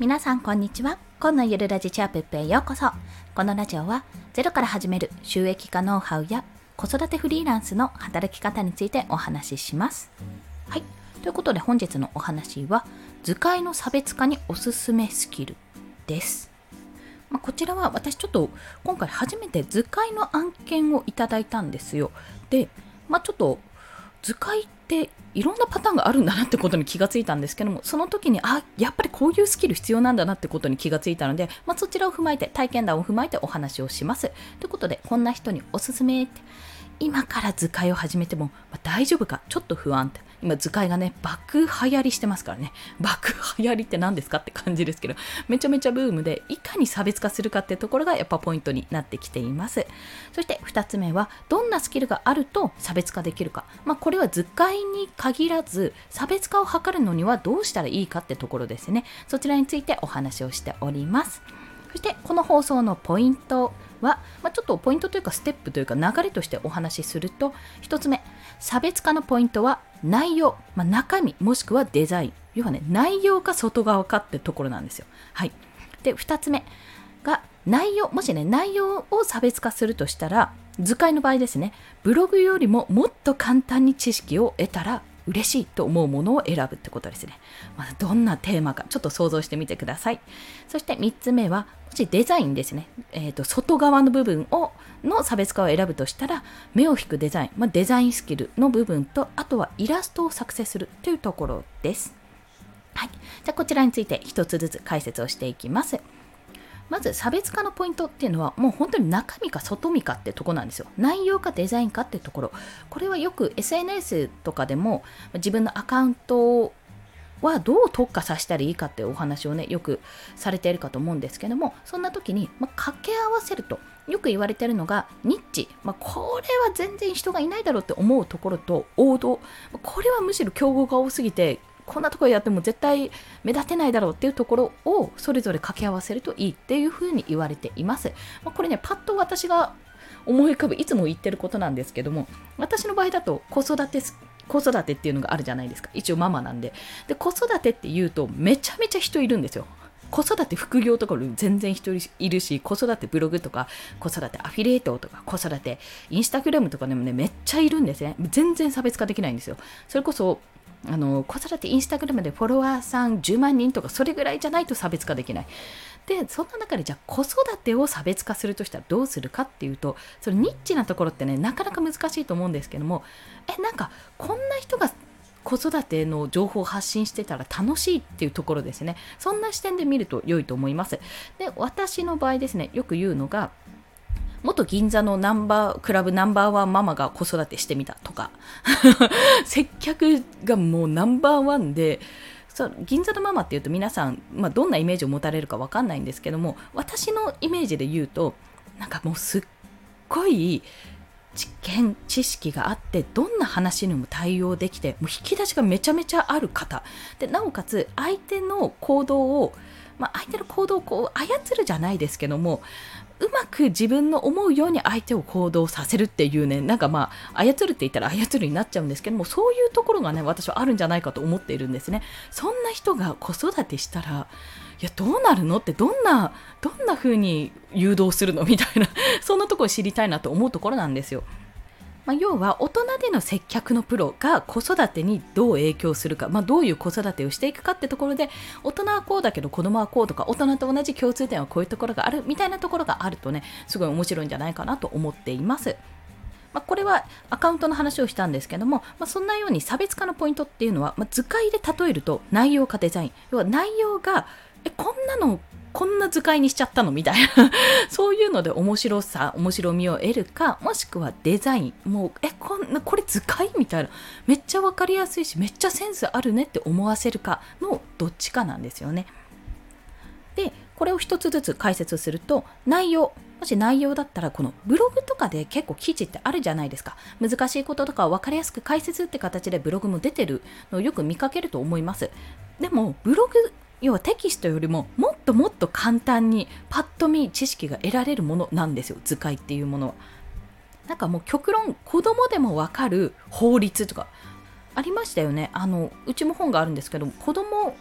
皆さんこんにちは。今のゆるラジチャープップへようこそ。このラジオはゼロから始める収益化ノウハウや子育てフリーランスの働き方についてお話しします。はい、ということで本日のお話は図解の差別化におすすめスキルです。こちらは私ちょっと今回初めて図解の案件をいただいたんですよ。で、ちょっと図解っていろんなパターンがあるんだなってことに気がついたんですけども、その時にやっぱりこういうスキル必要なんだなってことに気がついたので、そちらを踏まえて体験談を踏まえてお話をします。ということで、こんな人におすすめって、今から図解を始めても、大丈夫かちょっと不安って。今図解がね爆流行りしてますからね。爆流行りって何ですかって感じですけど、めちゃめちゃブームで、いかに差別化するかってところがやっぱポイントになってきています。そして2つ目は、どんなスキルがあると差別化できるか。これは図解に限らず差別化を図るのにはどうしたらいいかってところですね。そちらについてお話をしております。そしてこの放送のポイントは、ちょっとポイントというかステップというか流れとしてお話しすると、1つ目、差別化のポイントは内容、中身もしくはデザイン、要はね、内容か外側かってところなんですよ。はい。で、2つ目が内容、もしね内容を差別化するとしたら、図解の場合ですね、ブログよりももっと簡単に知識を得たら嬉しいと思うものを選ぶってことですね。どんなテーマかちょっと想像してみてください。そして3つ目は、もしデザインですね、外側の部分の差別化を選ぶとしたら、目を引くデザイン、デザインスキルの部分と、あとはイラストを作成するというところです。はい、じゃあこちらについて一つずつ解説をしていきます。まず差別化のポイントっていうのは、もう本当に中身か外身かってとこなんですよ。内容かデザインかってところ。これはよく SNS とかでも自分のアカウントはどう特化させたらいいかってお話をね、よくされているかと思うんですけども、そんな時に、掛け合わせるとよく言われているのがニッチ、これは全然人がいないだろうって思うところと王道、これはむしろ競合が多すぎてこんなところやっても絶対目立てないだろうっていうところをそれぞれ掛け合わせるといいっていうふうに言われています。これね、パッと私が思い浮かぶ、いつも言ってることなんですけども、私の場合だと子育てっていうのがあるじゃないですか。一応ママなんで。で、子育てって言うとめちゃめちゃ人いるんですよ。子育て副業とか全然人いるし、子育てブログとか子育てアフィリエイトとか子育てインスタグラムとかでもね、めっちゃいるんですね。全然差別化できないんですよ。それこそ子育てインスタグラムでフォロワーさん10万人とかそれぐらいじゃないと差別化できない。で、そんな中でじゃあ子育てを差別化するとしたらどうするかっていうと、それニッチなところってね、なかなか難しいと思うんですけども、なんかこんな人が子育ての情報を発信してたら楽しいっていうところですね。そんな視点で見ると良いと思います。で、私の場合ですね、よく言うのが、元銀座のクラブナンバーワンママが子育てしてみたとか接客がもうナンバーワンで、銀座のママっていうと皆さん、どんなイメージを持たれるか分かんないんですけども、私のイメージで言うと、なんかもうすっごい知識があって、どんな話にも対応できて、もう引き出しがめちゃめちゃある方で、なおかつ相手の行動をこう操るじゃないですけども、うまく自分の思うように相手を行動させるっていうね、なんか操るって言ったら操るになっちゃうんですけども、そういうところがね、私はあるんじゃないかと思っているんですね。そんな人が子育てしたら、いやどうなるのって、どんな風に誘導するのみたいなそんなところを知りたいなと思うところなんですよ。要は大人での接客のプロが子育てにどう影響するか、どういう子育てをしていくかってところで、大人はこうだけど子供はこうとか、大人と同じ共通点はこういうところがあるみたいなところがあるとね、すごい面白いんじゃないかなと思っています。これはアカウントの話をしたんですけども、そんなように差別化のポイントっていうのは、図解で例えると内容かデザイン、要は内容がこんな図解にしちゃったのみたいなそういうので面白みを得るか、もしくはデザイン、もうこれ図解みたいな、めっちゃわかりやすいしめっちゃセンスあるねって思わせるかのどっちかなんですよね。で、これを一つずつ解説すると、もし内容だったら、このブログとかで結構記事ってあるじゃないですか。難しいこととかを分かりやすく解説って形でブログも出てるのをよく見かけると思います。でもブログ、要はテキストよりももっともっと簡単にパッと見知識が得られるものなんですよ、図解っていうものは。なんかもう極論、子供でも分かる法律とかありましたよね。うちも本があるんですけど、子供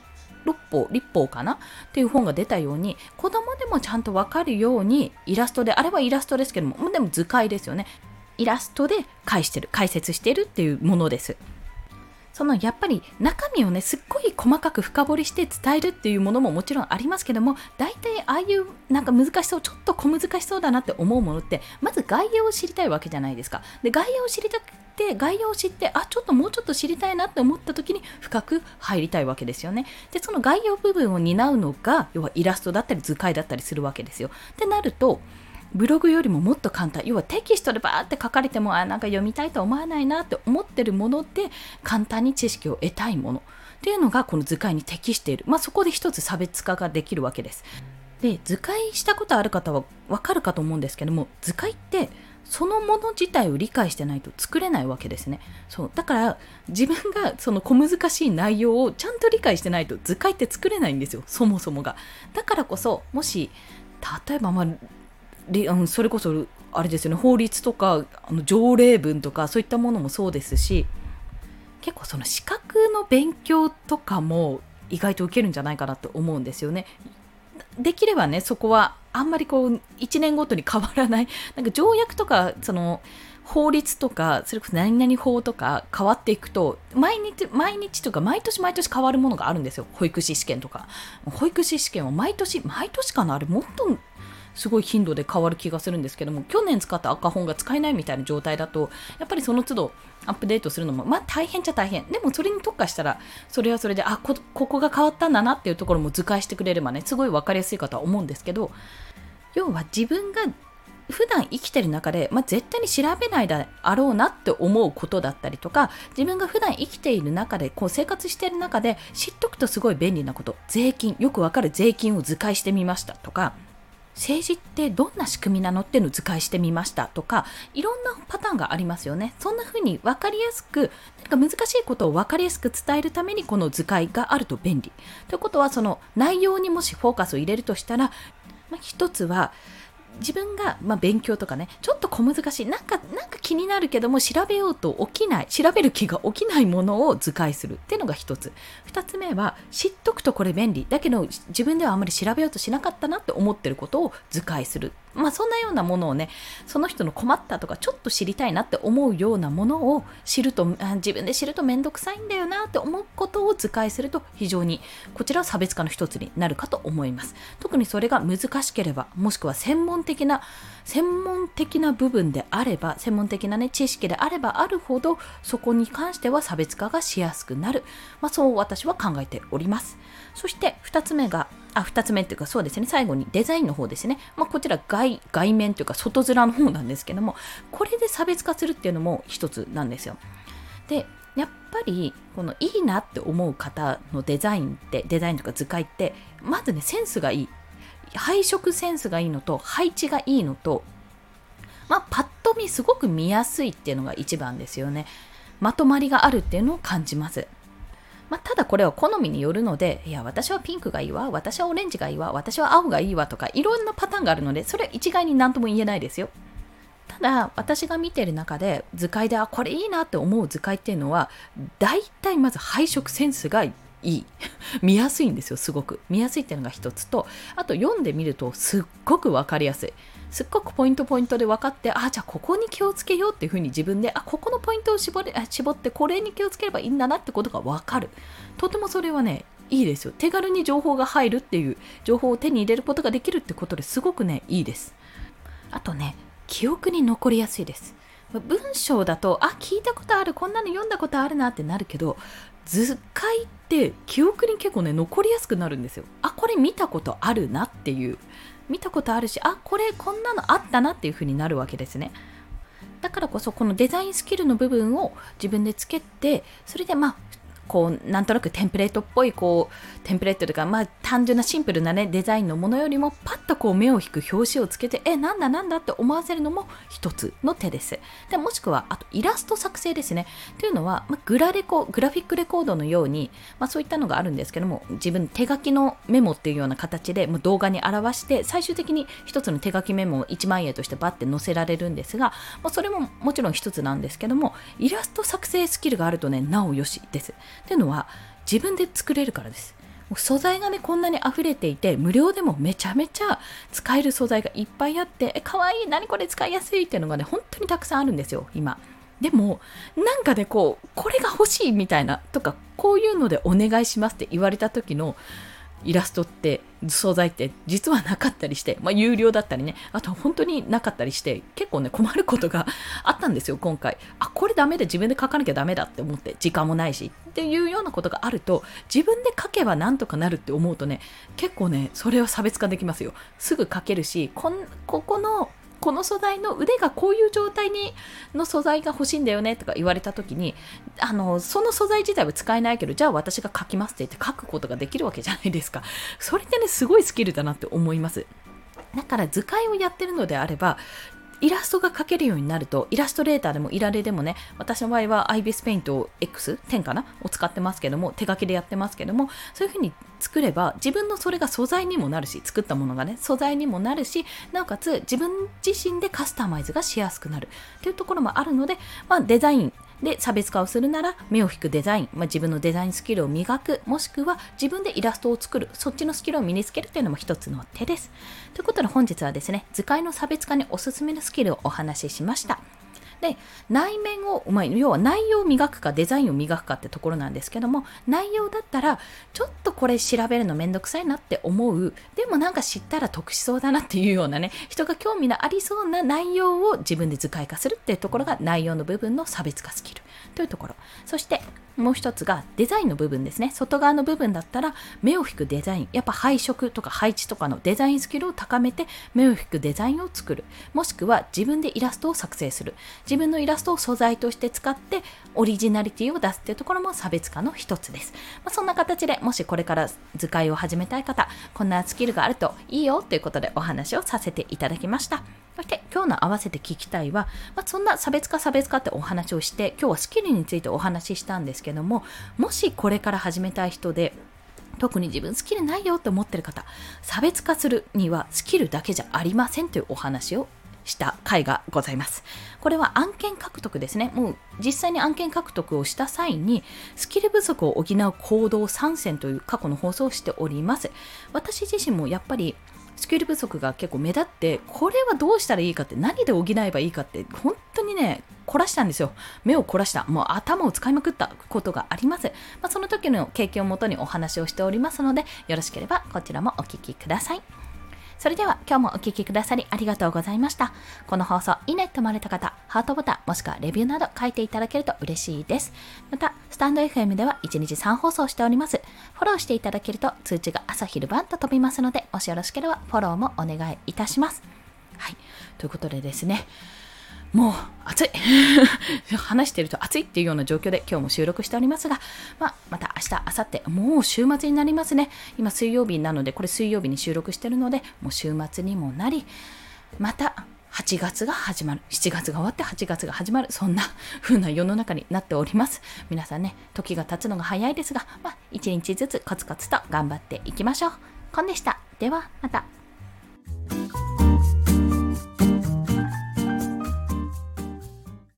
立法かなっていう本が出たように、子供でもちゃんとわかるようにイラストで、あれはイラストですけども、でも図解ですよね。イラストで解説してるっていうものです。そのやっぱり中身をね、すっごい細かく深掘りして伝えるっていうものももちろんありますけども、大体ああいうなんか難しそう、ちょっと小難しそうだなって思うものって、まず概要を知りたいわけじゃないですか。で、概要を知りたくて、概要を知って、ちょっともうちょっと知りたいなって思った時に深く入りたいわけですよね。で、その概要部分を担うのが、要はイラストだったり図解だったりするわけですよ。ってなると、ブログよりももっと簡単、要はテキストでバーって書かれてもなんか読みたいと思わないなって思ってるもので、簡単に知識を得たいものっていうのがこの図解に適している。そこで一つ差別化ができるわけです。で、図解したことある方はわかるかと思うんですけども、図解ってそのもの自体を理解してないと作れないわけですね。そうだから自分がその小難しい内容をちゃんと理解してないと図解って作れないんですよ、そもそもが。だからこそ、もし例えばそれこそあれですよね、法律とか条例文とかそういったものもそうですし、結構その資格の勉強とかも意外と受けるんじゃないかなと思うんですよね。できればね、そこはあんまり1年ごとに変わらない、なんか条約とかその法律とか、それこそ何々法とか変わっていくと、毎日とか毎年変わるものがあるんですよ。保育士試験とか。保育士試験は毎年かな、あれもっとすごい頻度で変わる気がするんですけども、去年使った赤本が使えないみたいな状態だと、やっぱりその都度アップデートするのも大変っちゃ大変。でもそれに特化したら、それはそれでここが変わったんだなっていうところも図解してくれればね、すごい分かりやすいかとは思うんですけど、要は自分が普段生きてる中で、絶対に調べないだろうなって思うことだったりとか、自分が普段生きている中で、生活している中で知っとくとすごい便利なこと、税金、よくわかる税金を図解してみましたとか、政治ってどんな仕組みなのっていうのを図解してみましたとか、いろんなパターンがありますよね。そんな風に分かりやすく、難しいことを分かりやすく伝えるためにこの図解があると便利ということは、その内容にもしフォーカスを入れるとしたら、一つは自分が勉強とかね、ちょっと小難しい、なんか気になるけども調べる気が起きないものを図解するっていうのが一つ。二つ目は、知っとくとこれ便利だけど自分ではあまり調べようとしなかったなって思ってることを図解する。そんなようなものをね、その人の困ったとかちょっと知りたいなって思うようなものを自分で知るとめんどくさいんだよなって思うことを図解すると、非常にこちらは差別化の一つになるかと思います。特にそれが難しければ、もしくは専門的な部分であれば、専門的な知識であればあるほど、そこに関しては差別化がしやすくなる。そう私は考えております。そして二つ目っていうか、そうですね、最後にデザインの方ですね。こちら外面というか外面の方なんですけども、これで差別化するっていうのも一つなんですよ。で、やっぱりこのいいなって思う方のデザインとか図解って、まずね、センスがいい、配色センスがいいのと配置がいいのと、パッと見すごく見やすいっていうのが一番ですよね。まとまりがあるっていうのを感じます。ただこれは好みによるので、いや私はピンクがいいわ、私はオレンジがいいわ、私は青がいいわとか、いろんなパターンがあるので、それは一概に何とも言えないですよ。ただ私が見ている中で図解でこれいいなって思う図解っていうのは、だいたいまず配色センスがいい見やすいんですよ。すごく見やすいっていうのが一つと、あと読んでみるとすっごく分かりやすい、すっごくポイントで分かって、じゃあここに気をつけようっていうふうに自分でここのポイントを絞ってこれに気をつければいいんだなってことが分かる。とてもそれはね、いいですよ。手軽に情報が入るっていう、情報を手に入れることができるってことですごくね、いいです。あとね、記憶に残りやすいです。文章だと聞いたことある、こんなの読んだことあるなってなるけど、図解って記憶に結構ね残りやすくなるんですよ。これ見たことあるなっていう、見たことあるし、これこんなのあったなっていう風になるわけですね。だからこそこのデザインスキルの部分を自分でつけて、それでなんとなくテンプレートっぽいテンプレートというか、単純なシンプルなデザインのものよりもパッと目を引く表紙をつけて、なんだって思わせるのも一つの手です。でもしくはあとイラスト作成ですね。というのは、グラフィックレコードのように、そういったのがあるんですけども、自分手書きのメモっていうような形で動画に表して、最終的に一つの手書きメモを1枚絵としてバッて載せられるんですが、それももちろん一つなんですけども、イラスト作成スキルがあるとね、なおよしです。っていうのは自分で作れるからです。 う素材がねこんなに溢れていて、無料でもめちゃめちゃ使える素材がいっぱいあって、かわいい、何これ使いやすいっていうのがね本当にたくさんあるんですよ今。でもなんかねこれが欲しいみたいなとか、こういうのでお願いしますって言われた時のイラストって素材って実はなかったりして、有料だったりね、あと本当になかったりして、結構ね困ることがあったんですよ今回。これダメで、自分で書かなきゃダメだって思って、時間もないしっていうようなことがあると、自分で書けばなんとかなるって思うとね、結構ねそれは差別化できますよ。すぐ書けるし、この素材の腕がこういう状態の素材が欲しいんだよねとか言われた時に、その素材自体は使えないけど、じゃあ私が書きますって言って書くことができるわけじゃないですか。それってねすごいスキルだなって思います。だから図解をやってるのであれば、イラストが描けるようになると、イラストレーターでもイラレでもね、私の場合は IBIS ペイント X10 かなを使ってますけども、手書きでやってますけども、そういう風に作れば自分のそれが素材にもなるし、作ったものがね素材にもなるし、なおかつ自分自身でカスタマイズがしやすくなるというところもあるので、デザインで差別化をするなら目を引くデザイン、自分のデザインスキルを磨く、もしくは自分でイラストを作る、そっちのスキルを身につけるというのも一つの手です。ということで本日はですね、図解の差別化におすすめのスキルをお話ししました。で、内面を、要は内容を磨くかデザインを磨くかってところなんですけども、内容だったらちょっとこれ調べるのめんどくさいなって思う、でもなんか知ったら得しそうだなっていうようなね、人が興味のありそうな内容を自分で図解化するっていうところが内容の部分の差別化スキルというところ。そしてもう一つがデザインの部分ですね。外側の部分だったら目を引くデザイン、やっぱ配色とか配置とかのデザインスキルを高めて目を引くデザインを作る、もしくは自分でイラストを作成する、自分のイラストを素材として使ってオリジナリティを出すっていうところも差別化の一つです。そんな形でもしこれから図解を始めたい方、こんなスキルがあるといいよということでお話をさせていただきました。そして今日の合わせて聞きたいは、そんな差別化ってお話をして、今日はスキルについてお話ししたんですけども、もしこれから始めたい人で、特に自分スキルないよって思ってる方、差別化するにはスキルだけじゃありませんというお話をした回がございます。これは案件獲得ですね。もう実際に案件獲得をした際にスキル不足を補う行動3選という過去の放送をしております。私自身もやっぱりスキル不足が結構目立って、これはどうしたらいいかって、何で補えばいいかって本当にね凝らしたんですよ。目を凝らした、もう頭を使いまくったことがあります。その時の経験をもとにお話をしておりますので、よろしければこちらもお聞きください。それでは今日もお聞きくださりありがとうございました。この放送いいねと思われた方、ハートボタンもしくはレビューなど書いていただけると嬉しいです。またスタンド FM では1日3放送しております。フォローしていただけると通知が朝昼晩と飛びますので、もしよろしければフォローもお願いいたします。はい、ということでですね、もう暑い話していると暑いっていうような状況で今日も収録しておりますが、また明日明後日もう週末になりますね。今水曜日なので、これ水曜日に収録しているので、もう週末にもなり、また8月が始まる、7月が終わって8月が始まる、そんな風な世の中になっております。皆さんね、時が経つのが早いですが、一日ずつコツコツと頑張っていきましょう。コンでした。ではまた。